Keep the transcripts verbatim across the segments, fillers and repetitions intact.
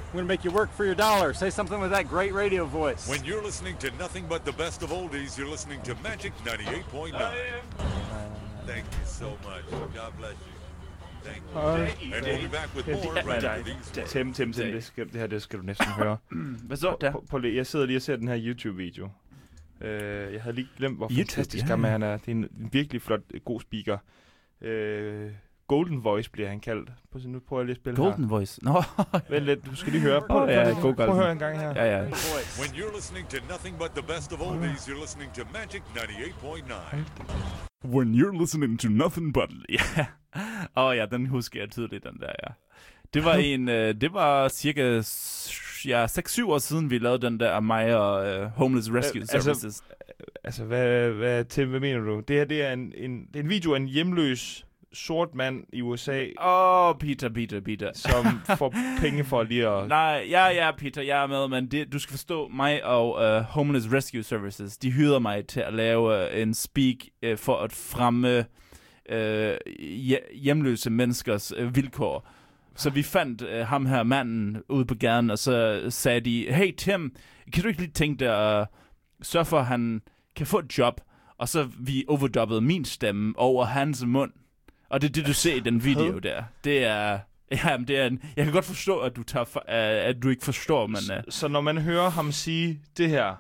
I'm going to make you work for your dollar. Say something with that great radio voice. When you're listening to nothing but the best of oldies, you're listening to Magic ninety-eight point nine. Thank you so much. God bless you. Thank you. And we'll be back with more right after these. Tim, Tim, Tim, det, skal, det her det skal du næsten høre. Hvad så der? På, på, jeg sidder lige og ser den her YouTube-video. Uh, jeg havde lige glemt, hvor YouTube, fantastisk ja, ja. han er. Det er en, en virkelig flot, god speaker. Uh, Golden Voice bliver han kaldt. Prøv, nu prøver jeg lige at spille Golden her. Voice. Nå. Vent lidt, du skal lige høre. Prøv, oh, ja, prøv, prøv, prøv, prøv at høre en gang her. Ja, ja. When you're listening to nothing but the best of oldies, you're listening to Magic ninety-eight point nine. When you're listening to nothing but... Ja. Åh oh, ja, den husker jeg tydeligt, den der, ja. Det var en... øh, det var cirka ja, seks syv år siden, vi lavede den der af mig og uh, Homeless Rescue altså, Services. Altså, hvad, hvad, Tim, hvad mener du? Det her, det er en, en, det er en video af en hjemløs sort mand i U S A. Åh, oh, Peter, Peter, Peter. Som får penge for lige at... Nej, ja, ja, Peter, jeg er med, men det, du skal forstå, mig og uh, Homeless Rescue Services, de hyrede mig til at lave uh, en speak uh, for at fremme uh, hjemløse menneskers uh, vilkår. Så vi fandt uh, ham her manden ude på gaden, og så sagde de, hey Tim, kan du ikke lige tænke dig at uh, sørge for, at han kan få et job? Og så vi overdubbede min stemme over hans mund. Og det er det, du ser i den video der. Det er... Ja, det er en, jeg kan godt forstå, at du, tager for, uh, at du ikke forstår, men... Uh, så, så når man hører ham sige det her...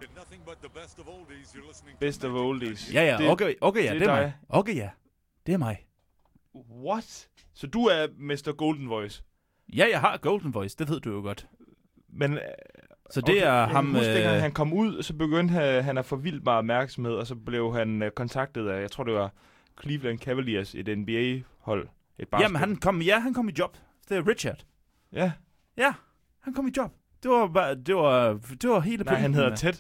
Best of oldies. Ja, ja, det, okay, okay, ja, det, det er er mig. Okay, ja, det er mig. What? Så du er mister Golden Voice? Ja, jeg har Golden Voice, det ved du jo godt. Men... Så det okay, er ham... Jeg husker, dengang han kom ud, så begyndte han, han at få vildt meget opmærksomhed, og så blev han uh, kontaktet af, jeg tror det var Cleveland Cavaliers, et N B A-hold. Et Jamen, han kom, ja, han kom i job. Det er Richard. Ja. Ja, han kom i job. Det var bare, det var, det var hele... Nej, han hedder Ted.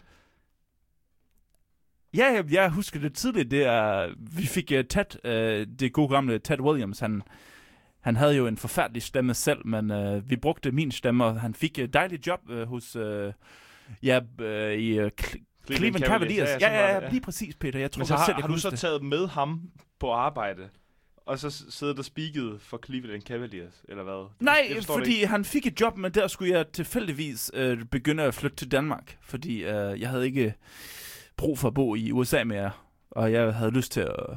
Ja, jeg, jeg husker det tidligt. Det er, vi fik uh, Ted, uh, det gode gamle Ted Williams. Han, han havde jo en forfærdelig stemme selv, men uh, vi brugte min stemme, og han fik et dejligt job uh, hos... Uh, ja, uh, i... Uh, Cleveland Cavaliers. Ja, ja, ja, ja, lige præcis, Peter. Jeg tror, men så har, selv, jeg har du så det. taget med ham på arbejde, og så sidder der speaket for Cleveland Cavaliers, eller hvad? Nej, fordi han fik et job, men der skulle jeg tilfældigvis øh, begynde at flytte til Danmark, fordi øh, jeg havde ikke brug for at bo i U S A mere, og jeg havde lyst til at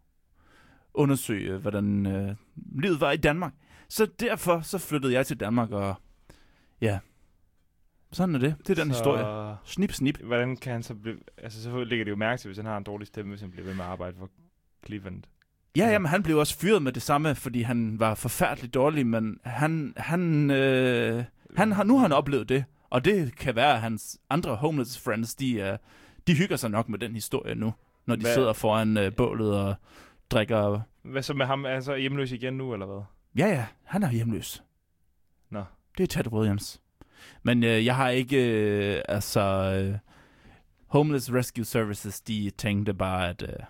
undersøge, hvordan øh, livet var i Danmark. Så derfor så flyttede jeg til Danmark, og ja... Sådan er det. Det er den så, historie. Snip, snip. Hvordan kan han så blive... Altså, så ligger det jo mærke til, hvis han har en dårlig stemme, hvis han bliver ved med at arbejde for Cleveland. Ja, jamen, han blev også fyret med det samme, fordi han var forfærdeligt dårlig, men han... han, øh, han har, nu har han oplevet det, og det kan være, at hans andre homeless friends, de, øh, de hygger sig nok med den historie nu, når de hvad? sidder foran øh, bålet og drikker... Hvad så med ham? Er han så hjemløs igen nu, eller hvad? Ja, ja. Han er hjemløs. Nå. Det er Ted Williams. Men øh, jeg har ikke, øh, altså, øh, Homeless Rescue Services, de tænkte bare, at, øh,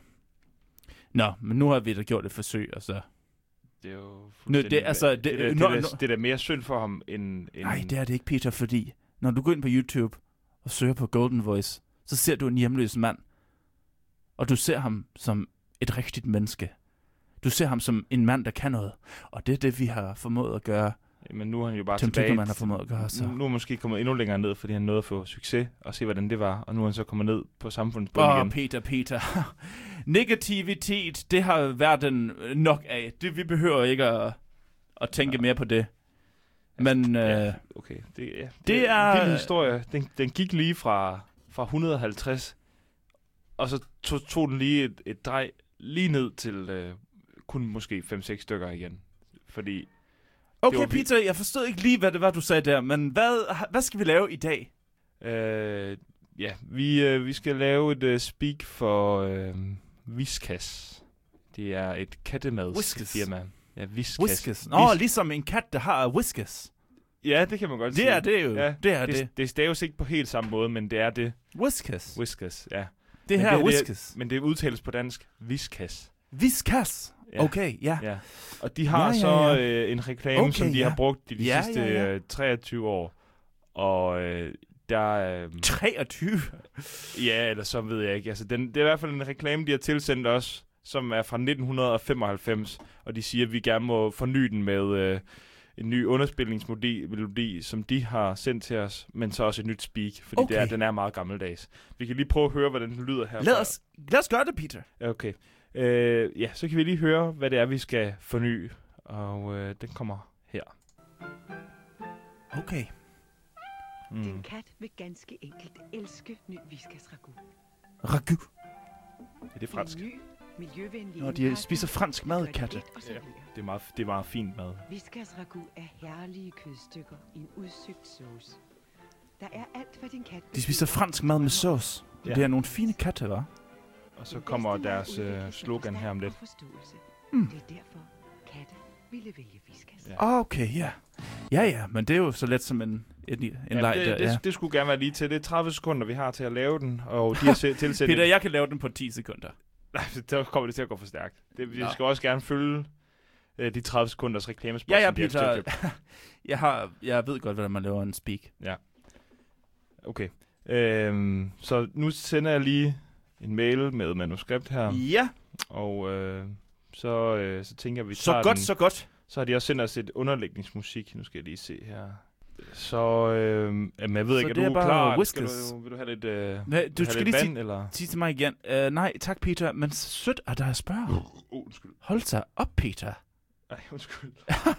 nå, men nu har vi da gjort et forsøg, og så... Det er jo Nå, det, altså, det, det, det, nå, det, nå, det er da mere synd for ham, end... end nej, det er det ikke, Peter, fordi når du går ind på YouTube og søger på Golden Voice, så ser du en hjemløs mand, og du ser ham som et rigtigt menneske. Du ser ham som en mand, der kan noget, og det er det, vi har formået at gøre. Men nu er han jo bare Tim tilbage. Man har formået at gøre, så. Nu, nu er han måske kommet endnu længere ned, fordi han nåede at få succes og se, hvordan det var. Og nu er han så kommet ned på samfundsbund Åh, igen. Peter, Peter. Negativitet, det har verden nok af. Det, vi behøver ikke at, at tænke ja. mere på det. Men ja, øh, okay. Det, ja, det, det er er... en vild historie. Den, den gik lige fra, fra et hundrede og halvtreds, og så tog, tog den lige et, et drej lige ned til øh, kun måske fem seks stykker igen. Fordi... Okay, Peter, jeg forstod ikke lige, hvad det var, du sagde der, men hvad, hvad skal vi lave i dag? Øh, ja, vi, øh, vi skal lave et uh, speak for øh, Whiskas. Det er et kattemadsfirma. Ja, Whiskas. Whiskas. Nå, Whis- ligesom en kat, der har Whiskas. Ja, det kan man godt det sige. Er det jo. Ja, det er det. det. Det staves ikke på helt samme måde, men det er det. Whiskas. Whiskas, ja. Det her er Whiskas. Men det udtales på dansk Whiskas. Whiskas. Ja. Okay, ja. ja. Og de har ja, ja, så ja. Øh, en reklame, okay, som de ja. har brugt de, de ja, sidste ja, ja. Øh, treogtyve år. Og øh, der... Øh, treogtyve? Ja, eller så ved jeg ikke. Altså, den, det er i hvert fald en reklame, de har tilsendt os, som er fra nitten femoghalvfems. Og de siger, at vi gerne må forny den med øh, en ny underspilningsmelodi, som de har sendt til os, men så også et nyt speak, fordi Okay. det er, den er meget gammeldags. Vi kan lige prøve at høre, hvordan den lyder her. Lad os, lad os gøre det, Peter. Okay. Øh, ja, så kan vi lige høre, hvad det er, vi skal forny, og øh, den kommer her. Okay. Mm. Din kat vil ganske enkelt elske ny Whiskas ragu. Ragu. Er det fransk? En ny, miljøvenlig Nå, de indpakning, spiser fransk mad, der gør det katte. let at servere. Det er meget, det er meget fint mad. Whiskas ragu er herlige kødstykker i en udsøgt sauce. Der er alt, hvad din kat... De spiser fransk mad med sauce. Ja. Det er nogle fine katte, hva'? Og så kommer deres øh, slogan her om lidt. Mm. Det er derfor, katte ville vælge Whiskas. Ja. Okay, ja. Ja, ja, men det er jo så let som en, en, en Ja, leg det, der, det, ja. det skulle gerne være lige til. Det er tredive sekunder, vi har til at lave den, og de har se- tilsat... Peter, jeg kan lave den på ti sekunder. Nej, der kommer det til at gå for stærkt. Det, vi Nå. skal også gerne følge øh, de tredive sekunders reklamespot, Ja, ja, som de har Peter. købt. jeg, har, jeg ved godt, hvordan man laver en speak. Okay. Øhm, så nu sender jeg lige en mail med manuskript her, Ja, og øh, så, øh, så tænker jeg, vi så tager godt, den. så godt. Så har de også sendt os et underlægningsmusik. Nu skal jeg lige se her. Så øh, jamen, jeg ved Så ikke, er det er du bare klar? Whiskas. Skal du, vil du have lidt, øh, Hvad, du have skal lidt lige vand, sige, eller? sige til mig igen. Uh, nej, tak, Peter, men sødt er der at spørge. Oh, undskyld. Hold så op, Peter. Ej, undskyld.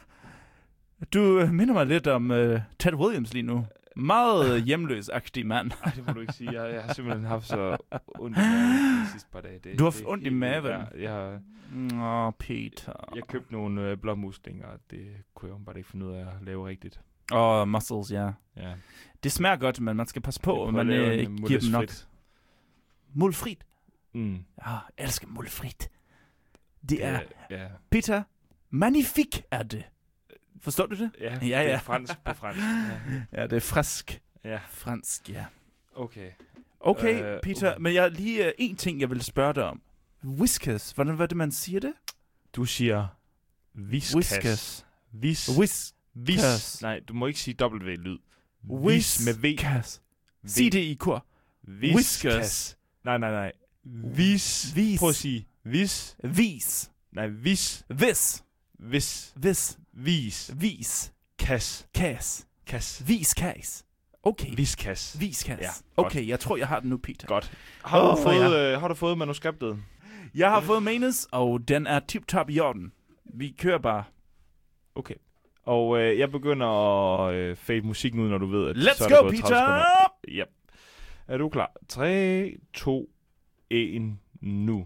Du øh, minder mig lidt om uh, Ted Williams lige nu. Meget hjemløs-agtig mand. Ej, det må du ikke sige. Jeg, jeg har simpelthen haft så ondt i maven de sidste par dage. Det, Du har det er ondt i helt maven? vildt. Ja, jeg, har- Nå, Peter. jeg købte nogle øh, blåmuslinger, og det kunne jeg jo bare ikke finde ud af at lave rigtigt. Åh, oh, muscles, ja. Ja. Det smager godt, men man skal passe på, Jeg at prøver man at lave øh, en ikke mules giver dem nok. frit. Mulfrit. Mm. Ja, jeg elsker mulfrit. Det er, Ja, Peter, magnifique er det. Forstår du det? ja, Ja, det ja. er fransk på fransk. Ja. Ja, det er frisk. ja, Fransk, ja. okay. Okay, Øh, Peter, men jeg lige uh, en ting, jeg vil spørge dig om. Whiskas, hvordan var det, man siger det? Du siger viskas. Whiskas. Vis. Whis. Vis. Kas. Nej, du må ikke sige W-lyd. Vis Whis. med V. Kas. Sig det i kor. Viskas. Whiskas. Nej, nej, nej. Vis. Vis. Prøv at sige vis. Vis. Nej, vis. Vis. Vis. Vis. Vis. Vis. Kas. Kas. Kas. Vis kas. Okay. Viskas. Vis kas. Ja, Okay, jeg tror, jeg har den nu, Peter. Godt. Har du, Åh, fået, øh, har du fået manuskriptet? Jeg har fået manus, og den er tip-top i orden. Vi kører bare. Okay. Og øh, jeg begynder at øh, fade musikken ud, når du ved, at Let's så er der go, gået tredive Peter! sekunder. Yep. Er du klar? tre, to, et, nu.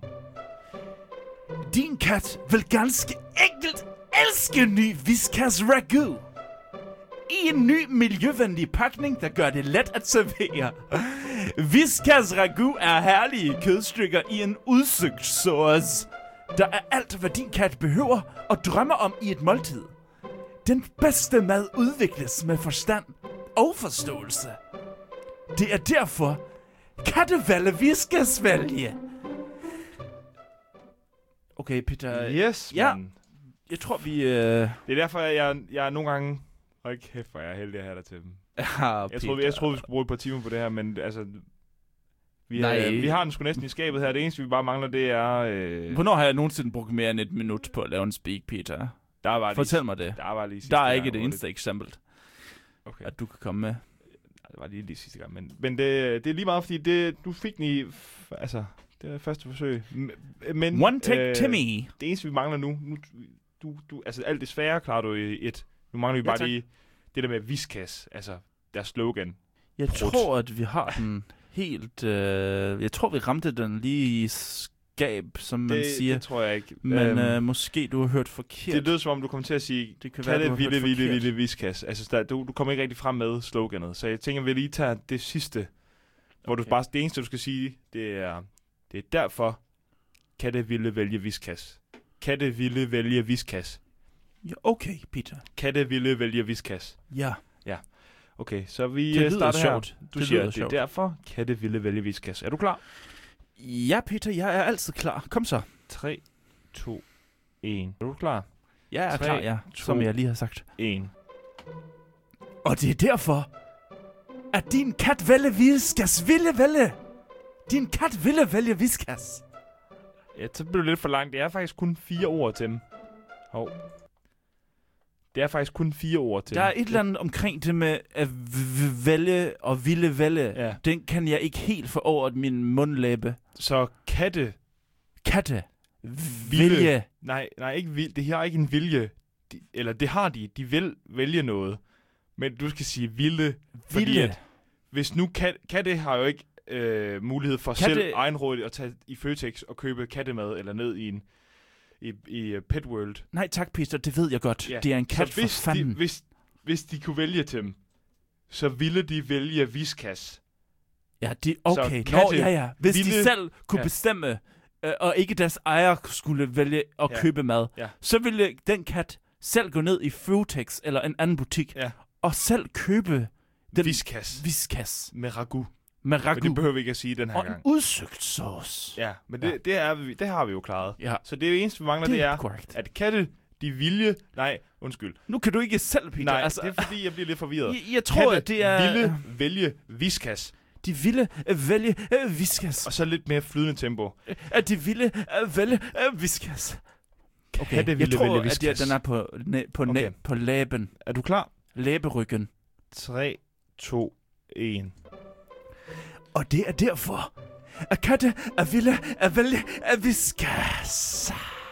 Din kat vil ganske enkelt elske ny Whiskas Ragu. I en ny miljøvenlig pakning, der gør det let at servere. Whiskas Ragu er herlige kødstykker i en udsøgt sauce. Der er alt, hvad din kat behøver og drømmer om i et måltid. Den bedste mad udvikles med forstand og forståelse. Det er derfor, kattevalge Whiskas vælge. Okay, Peter. Yes, ja. man. Jeg tror, vi... Øh... Det er derfor, jeg, jeg, jeg er nogle gange... Hold kæft, hvor er jeg heldig at have dig til dem. Ah, Jeg troede, jeg troede, vi skulle bruge et par timer på det her, men altså... Vi, Nej. er, vi har den sgu næsten i skabet her. Det eneste, vi bare mangler, det er... Øh, Hvornår har jeg nogensinde brugt mere end et minut på at lave en speak, Peter? der var lige, Fortæl mig det. Der var lige sidste Der er gang, ikke et hvor eneste eksempel, Det, okay. at du kan komme med. Det var lige, lige sidste gang, men, men det, det er lige meget, fordi det, du fik den i... f- Altså, det er første forsøg. M- Men, One take øh, Timmy. Det eneste, vi mangler nu... nu du, du, altså, alt det svære klarer du i et. Nu mangler vi Ja, bare tak. lige det der med viskas. Altså, deres slogan. Jeg Prut. tror, at vi har den helt... Øh... Jeg tror, vi ramte den lige i skab, som man Det, siger. det tror jeg ikke. Men Øhm, øh, måske du har hørt forkert. det lyder som om, du kommer til at sige, Det kan være, katte du har hørt vilde, vilde, forkert. vilde viskas. Altså, der, du, du kommer ikke rigtig frem med sloganet. Så jeg tænker, vi lige tager det sidste. Hvor du Okay. bare, det eneste, du skal sige, det er, det er derfor, katte ville vælge viskas. Katte ville vælge viskas. Ja, okay, Peter. Katte ville vælge viskas. Ja. Okay, så vi Det øh, lyder starter sjovt. her. Du Det siger, lyder det er sjovt. derfor, katte ville vælge viskas. Er du klar? Ja, Peter, jeg er altid klar. Kom så. tre, to, et. Er du klar? Jeg er Tre, klar, ja. to. Som jeg lige har sagt. en. Og det er derfor, at din kat vælge Whiskas ville vælge. Din kat ville vælge Whiskas. Ja, så blev det lidt for langt. Det er faktisk kun fire ord til dem. Hov. Det er faktisk kun fire ord til. Der er et eller andet omkring det med at v- vælge og ville vælge. Ja. Den kan jeg ikke helt få over min mundlæbe. Så katte... Katte. Ville. Vælge. Nej, nej, ikke vil. Det her er ikke en vilje. De, eller det har de. De vil vælge noget. Men du skal sige ville. Fordi Ville. at, hvis nu kat, katte har jo ikke øh, mulighed for Katte- selv egenrådigt at tage i Føtex og købe kattemad eller ned i en i, i uh, Pet World. Nej tak, Peter, det ved jeg godt. Ja. Det er en kat Så for hvis fanden. de, hvis, hvis de kunne vælge til dem, så ville de vælge Whiskas. Ja, de, okay. Så Nå, katte ja, ja. Hvis ville- de selv kunne Ja. bestemme, øh, og ikke deres ejer skulle vælge at Ja. købe mad, Ja. så ville den kat selv gå ned i Føtex eller en anden butik, Ja. og selv købe den Whiskas. Whiskas Med ragu. med Men ragu det behøver vi ikke at sige den her og en gang. udsøgt sauce. Ja, men det, Ja. det, er, vi- det har vi jo klaret. Ja, Så det eneste, vi mangler, det det er er, korrekt. at katte, de vilje... Nej, undskyld. Nu kan du ikke selv, Peter. Nej, altså, det er fordi, jeg bliver lidt forvirret. jeg, jeg tror, Katte at det er... ville vælge Whiskas. De ville øh, vælge øh, Whiskas. Og så lidt mere flydende tempo. At de ville øh, vælge øh, Whiskas. Okay, Katte jeg ville tror, vælge at jeg, Whiskas. den er på, næ, på, næ, Okay. på læben. Er du klar? Læberyggen. tre, to, et. Og det er derfor, at katte er ville at vælge at Whiskas.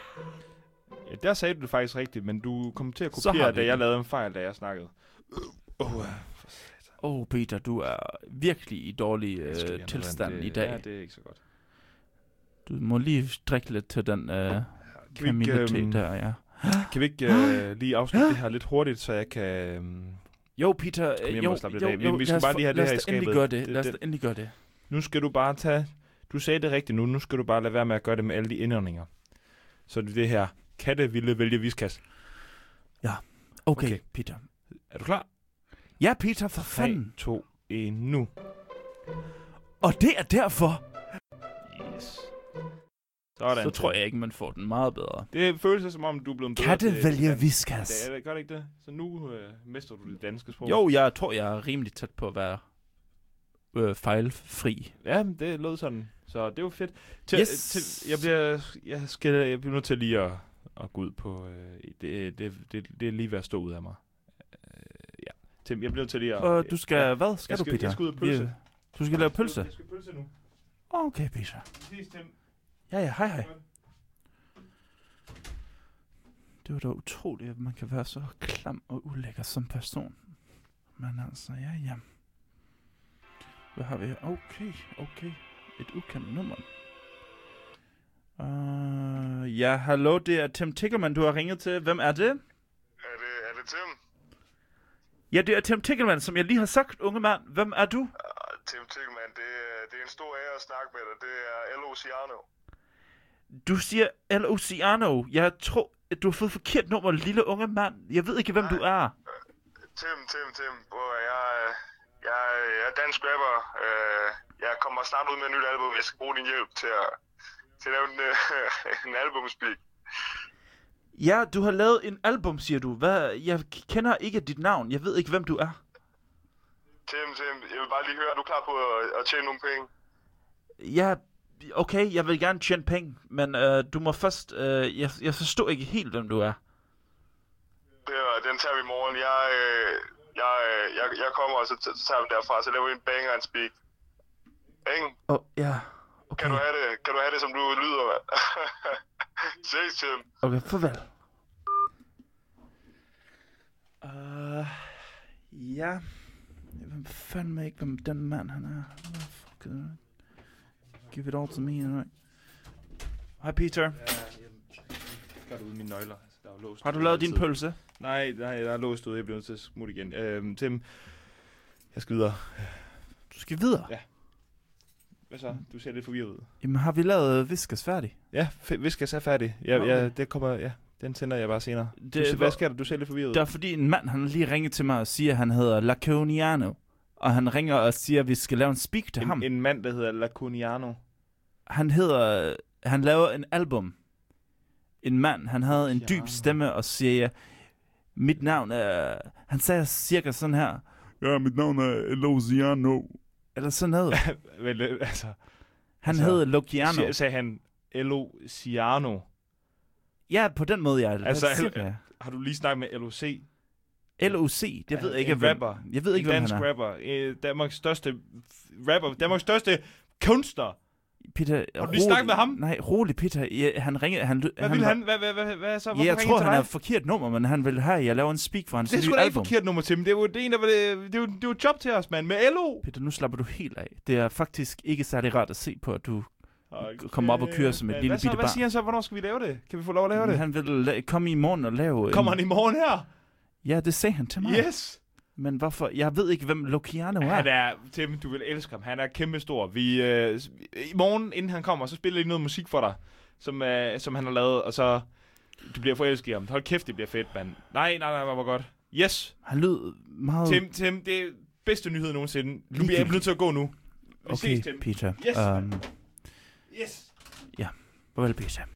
Ja, der sagde du det faktisk rigtigt, men du kom til at Så har kopiere, vi da jeg den. lavede en fejl, da jeg snakkede. Åh, oh, Åh, oh, Peter, du er virkelig i dårlig øh, tilstand i dag. Ja, det er ikke så godt. Du må lige drikke lidt til den øh, Kan vi kamille ikke, te øhm, der, ja. Kan vi ikke øh, lige afslutte det her lidt hurtigt, så jeg kan... Øhm, Jo, Peter, Kom hjem jo, og slap lidt jo, af. Vi- jo, vi skal lad os bare få- lige have det lad her i os da endelig skabet. gøre det. Det- Lad os det- da endelig gøre det. nu skal du bare tage... Du sagde det rigtigt nu. Nu skal du bare lade være med at gøre det med alle de indåndinger. Så det er det her. Katte ville vælge Whiskas. Okay, Okay. okay, Peter. Er du klar? Ja, Peter, for tre, fanden. to, et, nu. Og det er derfor, Yes. Sådan. så tror jeg ikke, man får den meget bedre. Det føles som om, du er blevet bedre Katte til- vælger til Whiskas. dansk. Det er, gør det ikke det? Så nu øh, mestrer du det danske sprog. Jo, jeg tror, jeg er rimelig tæt på at være øh, fejlfri. Ja, men det lød sådan. Så det var fedt. Til, Yes. til, jeg, bliver, jeg, skal, jeg bliver nødt til lige at, at gå ud på... Øh, det, det, det, det er lige ved at stå ud af mig. Øh, ja. Tim, jeg bliver nødt til lige at... Og du skal, Ja. hvad skal, Jeg skal- du, Peter? jeg skal ud og pølse. Vi- Du skal lave pølse? Jeg skal pølse nu. Okay, Peter. Præcis, Tim. Ja, ja, hej, hej. Det var da utroligt, at man kan være så klam og ulækker som person. Men altså, ja, ja. Hvad har vi her? Okay, okay. Et ukendt nummer. Uh, ja, hallo, det er Tim Tickleman, du har ringet til. Hvem er det? Er det, er det Tim? Ja, det er Tim Tickleman, som jeg lige har sagt, unge mand. Hvem er du? Uh, Tim Tickleman, det, er- det er en stor ære at snakke med dig. Det er L. Oceano. Du siger El Oceano. Jeg tror, at du har fået forkert nummer, lille unge mand. Jeg ved ikke, hvem du er. Tim, Tim, Tim. Bror, jeg, jeg, jeg er dansk rapper. Uh, jeg kommer snart ud med et nyt album. Jeg skal bruge din hjælp til at, til at lave en, uh, en albumspeak. Ja, du har lavet en album, siger du. Hvad? Jeg kender ikke dit navn. Jeg ved ikke, hvem du er. Tim, Tim, jeg vil bare lige høre, er du klar på at, at tjene nogle penge? Ja, okay, jeg vil gerne tjene penge, men øh, du må først... Øh, jeg, jeg forstår ikke helt, hvem du er. Det, er- den tager vi i morgen. Jeg, øh, jeg, øh, jeg, jeg kommer, og så, t- så tager vi den derfra. Så laver vi en banger and speak. Ikke? Åh, oh, ja. Okay. Kan du have det, kan du have det som du lyder, mand? Ses, Tim. Okay, farvel. Uh, ja. Jeg ved fandme ikke, hvem den mand han er. Oh, fuck it. Give it all to me, right? Hej, Peter. Gør du ud mine nøgler. Der er låst. Har du lavet din pølse? Nej, nej, der er låst ud. Jeg bliver nødt til at smutte igen. Øhm, Tim, jeg skal videre. Du skal videre. Ja. Hvad så? Du ser lidt forvirret ud. Jamen, har vi lavet uh, Whiskas færdig? Ja, f- Whiskas er færdig. Ja, Okay. ja, det kommer, ja, den tænder jeg bare senere. Det, Du, ser- hvor- hvad sker der? Du ser lidt forvirret ud. Det er fordi en mand, han lige ringet til mig og siger, at han hedder Laconiano. Og han ringer og siger, at vi skal lave en speak til ham. En, en mand, der hedder Laconiano. Han hedder... Han laver en album. En mand, han havde en dyb Laconiano. stemme og siger... Mit navn er... Han sagde cirka sådan her. Ja, mit navn er Elosiano. Eller sådan noget. Vel, øh, altså, Han Altså, hedder Lociano. siger- sagde han Elosiano. Ja, på den måde, jeg Altså, cirka. Har du lige snakket med L O C? L O C, jeg ved ikke, en hvem, rapper. jeg ved ikke, en hvem dansk han er. rapper. Øh, Danmarks største rapper. Danmarks største kunstner. Peter, har du lige snakket med ham? Nej, rolig, Peter. Ja, han ringede... Han, Hvad han vil var, han? Hvad, hvad, hvad, hvad så? Hvorfor ja, jeg ringer tror, til han dig? er et forkert nummer, men han vil have, jeg laver en speak for hans Det er nye sgu da ikke album. forkert nummer til, men det er jo det ene, der var det, det, er jo, det er jo et job til os, mand. Med L O. Peter, nu slapper du helt af. Det er faktisk ikke særlig rart at se på, at du okay. kommer op og kører som et hvad, lille hvad så, bitte Hvad barn. siger han så? Hvornår skal vi lave det? Kan vi få lov at lave det? Han vil la- komme i morgen og lave... Kommer en... han i morgen her? Ja, det sagde han til mig. Yes! Men hvorfor? Jeg ved ikke, hvem Luciano er. Han er, Tim, du vil elske ham. Han er kæmpestor. Vi, øh, I morgen, inden han kommer, så spiller jeg noget musik for dig, som, øh, som han har lavet, og så du bliver forelsket i ham. Hold kæft, det bliver fedt, mand. Nej, nej, nej, hvor godt. Yes! Han lød meget... Tim, Tim, det er bedste nyhed nogensinde. Nu bliver jeg Ligegyldigt. nødt til at gå nu. Vi Okay, ses, Tim. Peter. Yes, Um, Yes! farvel, Peter.